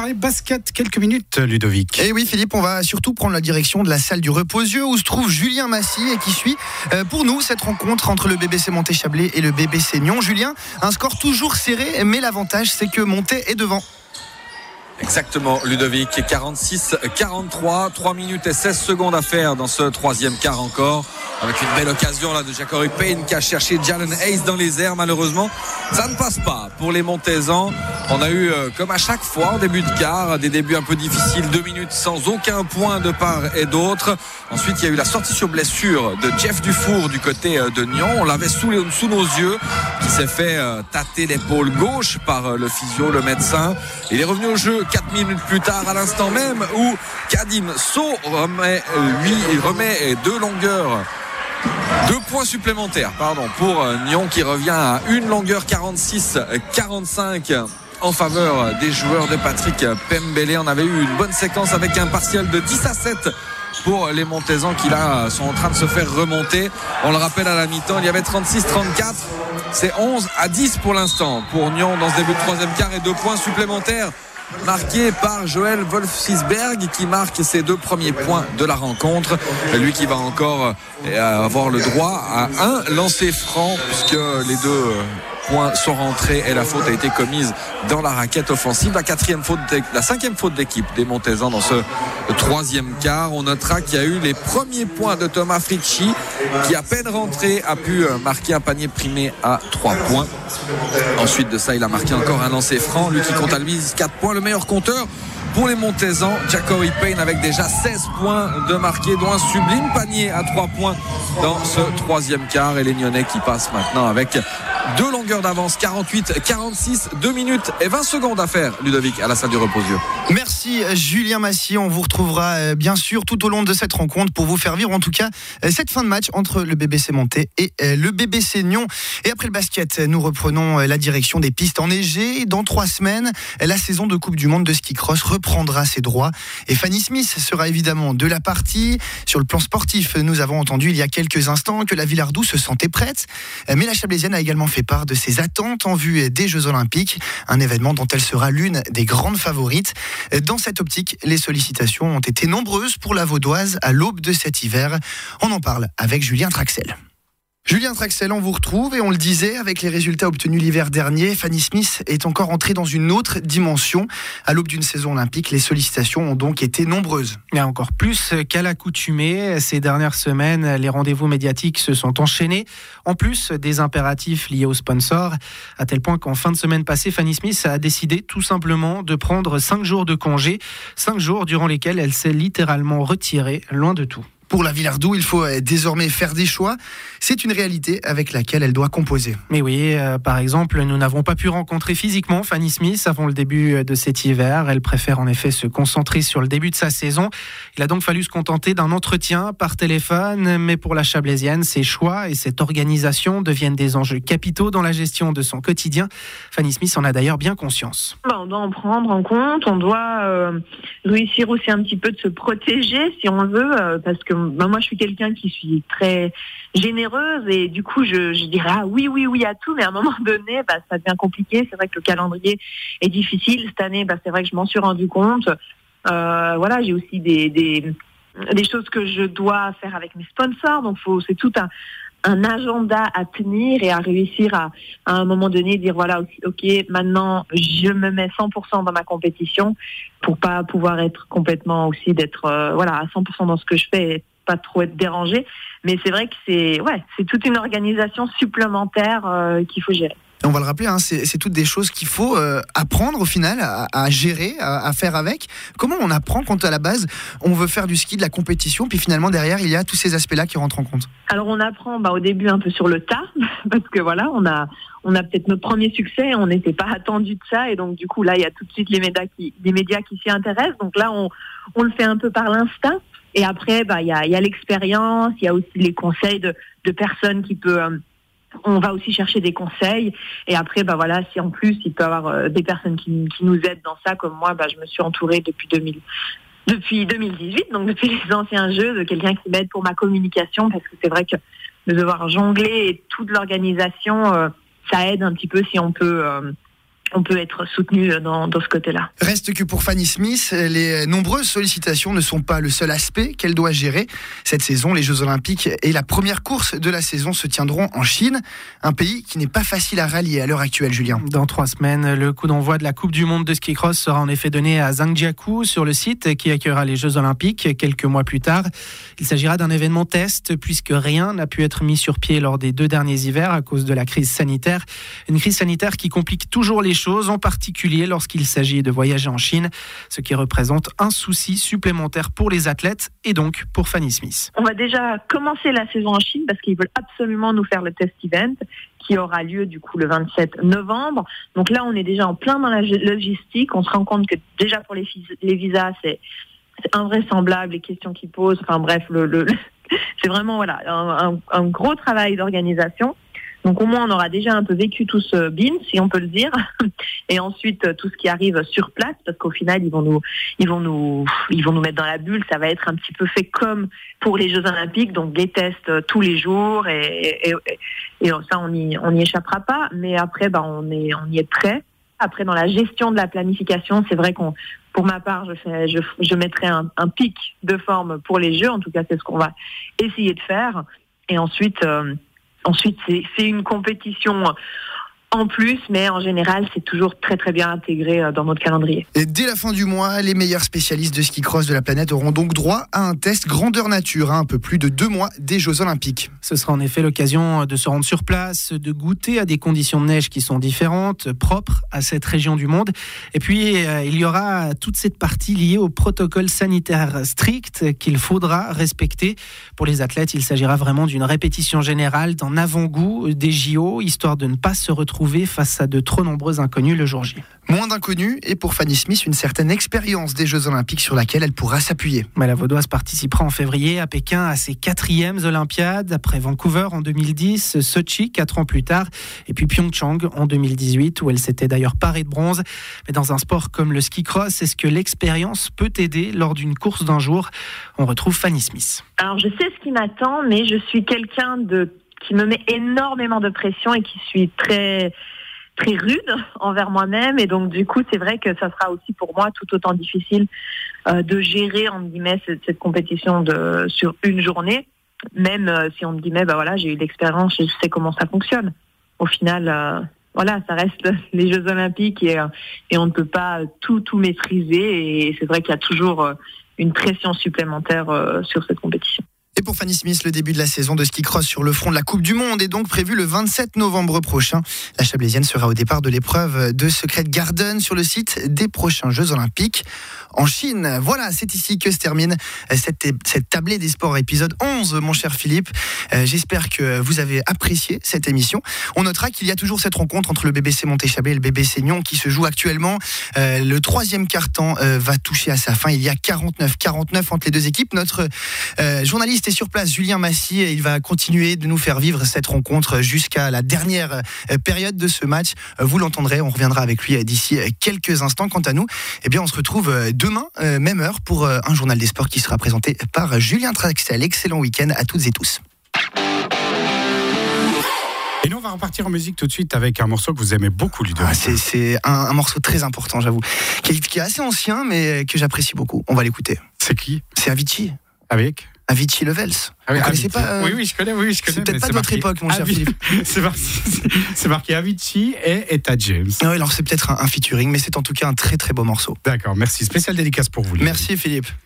parler basket quelques minutes, Ludovic. Et oui, Philippe, on va surtout prendre la direction de la salle du Reposieux où se trouve Julien Massy et qui suit pour nous cette rencontre entre le BBC Monté-Chablais et le BBC Nyon. Julien, un score toujours serré, mais l'avantage c'est que Monté est devant. Exactement, Ludovic, 46-43, 3 minutes et 16 secondes à faire dans ce troisième quart encore, avec une belle occasion là de Jackory Payne qui a cherché Jalen Hayes dans les airs. Malheureusement, ça ne passe pas pour les Montaisans. On a eu, comme à chaque fois en début de quart, des débuts un peu difficiles, 2 minutes sans aucun point de part et d'autre. Ensuite, il y a eu la sortie sur blessure de Jeff Dufour du côté de Nyon. On l'avait sous nos yeux, qui s'est fait tâter l'épaule gauche par le physio, le médecin. Il est revenu au jeu 4 minutes plus tard, à l'instant même où Kadim So remet 2 points supplémentaires pour Nyon, qui revient à une longueur 46-45 en faveur des joueurs de Patrick Pembele. On avait eu une bonne séquence avec un partiel de 10-7 pour les Montaisans qui là sont en train de se faire remonter. On le rappelle, à la mi-temps, il y avait 36-34. C'est 11-10 pour l'instant pour Nyon dans ce début de troisième quart, et 2 points supplémentaires marqué par Joël Wolfsberg qui marque ses 2 premiers points de la rencontre. Lui qui va encore avoir le droit à un lancer franc, puisque les 2 points sont rentrés et la faute a été commise dans la raquette offensive. La 5e faute d'équipe des Montaisans dans ce troisième quart. On notera qu'il y a eu les premiers points de Thomas Fricci, qui à peine rentré a pu marquer un panier primé à 3 points. Ensuite de ça, il a marqué encore un lancer franc, lui qui comptabilise 4 points. Le meilleur compteur pour les Montaisans, Jackory Payne, avec déjà 16 points de marqué, dont un sublime panier à 3 points dans ce troisième quart. Et les Nyonnais qui passent maintenant avec 2 longueurs d'avance, 48-46, 2 minutes et 20 secondes à faire, Ludovic, à la salle du Reposieux. Merci Julien Massy, on vous retrouvera bien sûr tout au long de cette rencontre pour vous faire vivre en tout cas cette fin de match entre le BBC Monté et le BBC Nyon. Et après le basket, nous reprenons la direction des pistes enneigées. Dans 3 semaines, la saison de Coupe du Monde de ski cross reprendra ses droits et Fanny Smith sera évidemment de la partie. Sur le plan sportif, nous avons entendu il y a quelques instants que la Villardou se sentait prête, mais la Chablaisienne a également fait part de ses attentes en vue des Jeux Olympiques, un événement dont elle sera l'une des grandes favorites. Dans cette optique, les sollicitations ont été nombreuses pour la Vaudoise à l'aube de cet hiver. On en parle avec Julien Traxel. Julien Traxel, on vous retrouve et on le disait, avec les résultats obtenus l'hiver dernier, Fanny Smith est encore entrée dans une autre dimension. À l'aube d'une saison olympique, les sollicitations ont donc été nombreuses. Et encore plus qu'à l'accoutumée, ces dernières semaines, les rendez-vous médiatiques se sont enchaînés, en plus des impératifs liés aux sponsors, à tel point qu'en fin de semaine passée, Fanny Smith a décidé tout simplement de prendre 5 jours de congé, 5 jours durant lesquels elle s'est littéralement retirée, loin de tout. Pour la Villardou, il faut désormais faire des choix. C'est une réalité avec laquelle elle doit composer. Mais oui, par exemple, nous n'avons pas pu rencontrer physiquement Fanny Smith avant le début de cet hiver. Elle préfère en effet se concentrer sur le début de sa saison. Il a donc fallu se contenter d'un entretien par téléphone. Mais pour la Chablaisienne, ses choix et cette organisation deviennent des enjeux capitaux dans la gestion de son quotidien. Fanny Smith en a d'ailleurs bien conscience. On doit en prendre en compte. On doit réussir aussi un petit peu de se protéger si on veut, parce que moi je suis quelqu'un qui suis très généreuse et du coup je dirais oui à tout, mais à un moment donné ça devient compliqué. C'est vrai que le calendrier est difficile cette année, c'est vrai que je m'en suis rendu compte. J'ai aussi des choses que je dois faire avec mes sponsors, donc c'est tout un agenda à tenir et à réussir à un moment donné dire ok, maintenant je me mets 100% dans ma compétition pour pas pouvoir être complètement aussi d'être à 100% dans ce que je fais et pas trop être dérangé. Mais c'est vrai que c'est toute une organisation supplémentaire qu'il faut gérer. On va le rappeler, c'est toutes des choses qu'il faut apprendre au final à gérer, à faire avec. Comment on apprend quand à la base on veut faire du ski, de la compétition, puis finalement derrière il y a tous ces aspects-là qui rentrent en compte? Alors on apprend au début un peu sur le tas, parce que on a peut-être notre premier succès, on n'était pas attendu de ça, et donc du coup là il y a tout de suite les médias qui s'y intéressent. Donc là on le fait un peu par l'instinct. Et après, il y a l'expérience, il y a aussi les conseils de personnes qui peuvent. On va aussi chercher des conseils. Et après, si en plus il peut y avoir des personnes qui nous aident dans ça, comme moi, je me suis entourée depuis 2018, donc depuis les anciens Jeux, de quelqu'un qui m'aide pour ma communication, parce que c'est vrai que de devoir jongler et toute l'organisation, ça aide un petit peu si on peut on peut être soutenu dans ce côté-là. Reste que pour Fanny Smith, les nombreuses sollicitations ne sont pas le seul aspect qu'elle doit gérer. Cette saison, les Jeux Olympiques et la première course de la saison se tiendront en Chine, un pays qui n'est pas facile à rallier à l'heure actuelle, Julien. Dans 3 semaines, le coup d'envoi de la Coupe du Monde de ski cross sera en effet donné à Zhangjiakou sur le site qui accueillera les Jeux Olympiques quelques mois plus tard. Il s'agira d'un événement test puisque rien n'a pu être mis sur pied lors des 2 derniers hivers à cause de la crise sanitaire. Une crise sanitaire qui complique toujours les choses, en particulier lorsqu'il s'agit de voyager en Chine, ce qui représente un souci supplémentaire pour les athlètes et donc pour Fanny Smith. On va déjà commencer la saison en Chine parce qu'ils veulent absolument nous faire le test event qui aura lieu du coup le 27 novembre. Donc là, on est déjà en plein dans la logistique. On se rend compte que déjà pour les visas, c'est invraisemblable les questions qu'ils posent. Enfin bref, c'est vraiment un gros travail d'organisation. Donc au moins on aura déjà un peu vécu tout ce bin, si on peut le dire, et ensuite tout ce qui arrive sur place, parce qu'au final ils vont nous mettre dans la bulle. Ça va être un petit peu fait comme pour les Jeux Olympiques, donc des tests tous les jours, et ça on y échappera pas. Mais après on y est prêt. Après dans la gestion de la planification, c'est vrai pour ma part, je mettrai un pic de forme pour les Jeux. En tout cas, c'est ce qu'on va essayer de faire. Et ensuite, c'est une compétition en plus, mais en général, c'est toujours très très bien intégré dans notre calendrier. Et dès la fin du mois, les meilleurs spécialistes de ski cross de la planète auront donc droit à un test grandeur nature, un peu plus de 2 mois des Jeux Olympiques. Ce sera en effet l'occasion de se rendre sur place, de goûter à des conditions de neige qui sont différentes, propres à cette région du monde. Et puis, il y aura toute cette partie liée au protocole sanitaire strict qu'il faudra respecter. Pour les athlètes, il s'agira vraiment d'une répétition générale, d'un avant-goût des JO, histoire de ne pas se retrouver face à de trop nombreux inconnus le jour J. Moins d'inconnus et pour Fanny Smith, une certaine expérience des Jeux Olympiques sur laquelle elle pourra s'appuyer. Mais la Vaudoise participera en février à Pékin à ses 4e Olympiades, après Vancouver en 2010, Sochi 4 ans plus tard, et puis Pyeongchang en 2018, où elle s'était d'ailleurs parée de bronze. Mais dans un sport comme le ski cross, est-ce que l'expérience peut aider lors d'une course d'un jour ? On retrouve Fanny Smith. Alors je sais ce qui m'attend, mais je suis quelqu'un qui me met énormément de pression et qui suis très très rude envers moi-même, et donc du coup c'est vrai que ça sera aussi pour moi tout autant difficile de gérer entre guillemets cette compétition sur une journée, même si on me dit j'ai eu l'expérience, je sais comment ça fonctionne. Au final ça reste les Jeux Olympiques et on ne peut pas tout maîtriser, et c'est vrai qu'il y a toujours une pression supplémentaire sur cette compétition. Et pour Fanny Smith, le début de la saison de ski cross sur le front de la Coupe du Monde est donc prévu le 27 novembre prochain. La Chablaisienne sera au départ de l'épreuve de Secret Garden sur le site des prochains Jeux Olympiques en Chine. Voilà, c'est ici que se termine cette tablée des sports épisode 11, mon cher Philippe. J'espère que vous avez apprécié cette émission. On notera qu'il y a toujours cette rencontre entre le BBC Montéchablais et le BBC Nyon qui se joue actuellement. Le 3e quart-temps va toucher à sa fin. Il y a 49-49 entre les deux équipes. Notre journaliste est sur place, Julien Massy, et il va continuer de nous faire vivre cette rencontre jusqu'à la dernière période de ce match. Vous l'entendrez, on reviendra avec lui d'ici quelques instants. Quant à nous, on se retrouve demain, même heure, pour un journal des sports qui sera présenté par Julien Traxel. Excellent week-end à toutes et tous. Et nous, on va repartir en musique tout de suite avec un morceau que vous aimez beaucoup, Ludovic. C'est un morceau très important, j'avoue, qui est assez ancien, mais que j'apprécie beaucoup. On va l'écouter. C'est qui ? C'est Avicii. Avec Avicii Levels. Vous connaissez pas Oui, je connais. C'est peut-être pas de votre époque, mon cher Philippe. C'est marqué Avicii et Etta James. Oui, alors c'est peut-être un featuring, mais c'est en tout cas un très très beau morceau. D'accord, merci. Spéciale dédicace pour vous. Merci Philippe.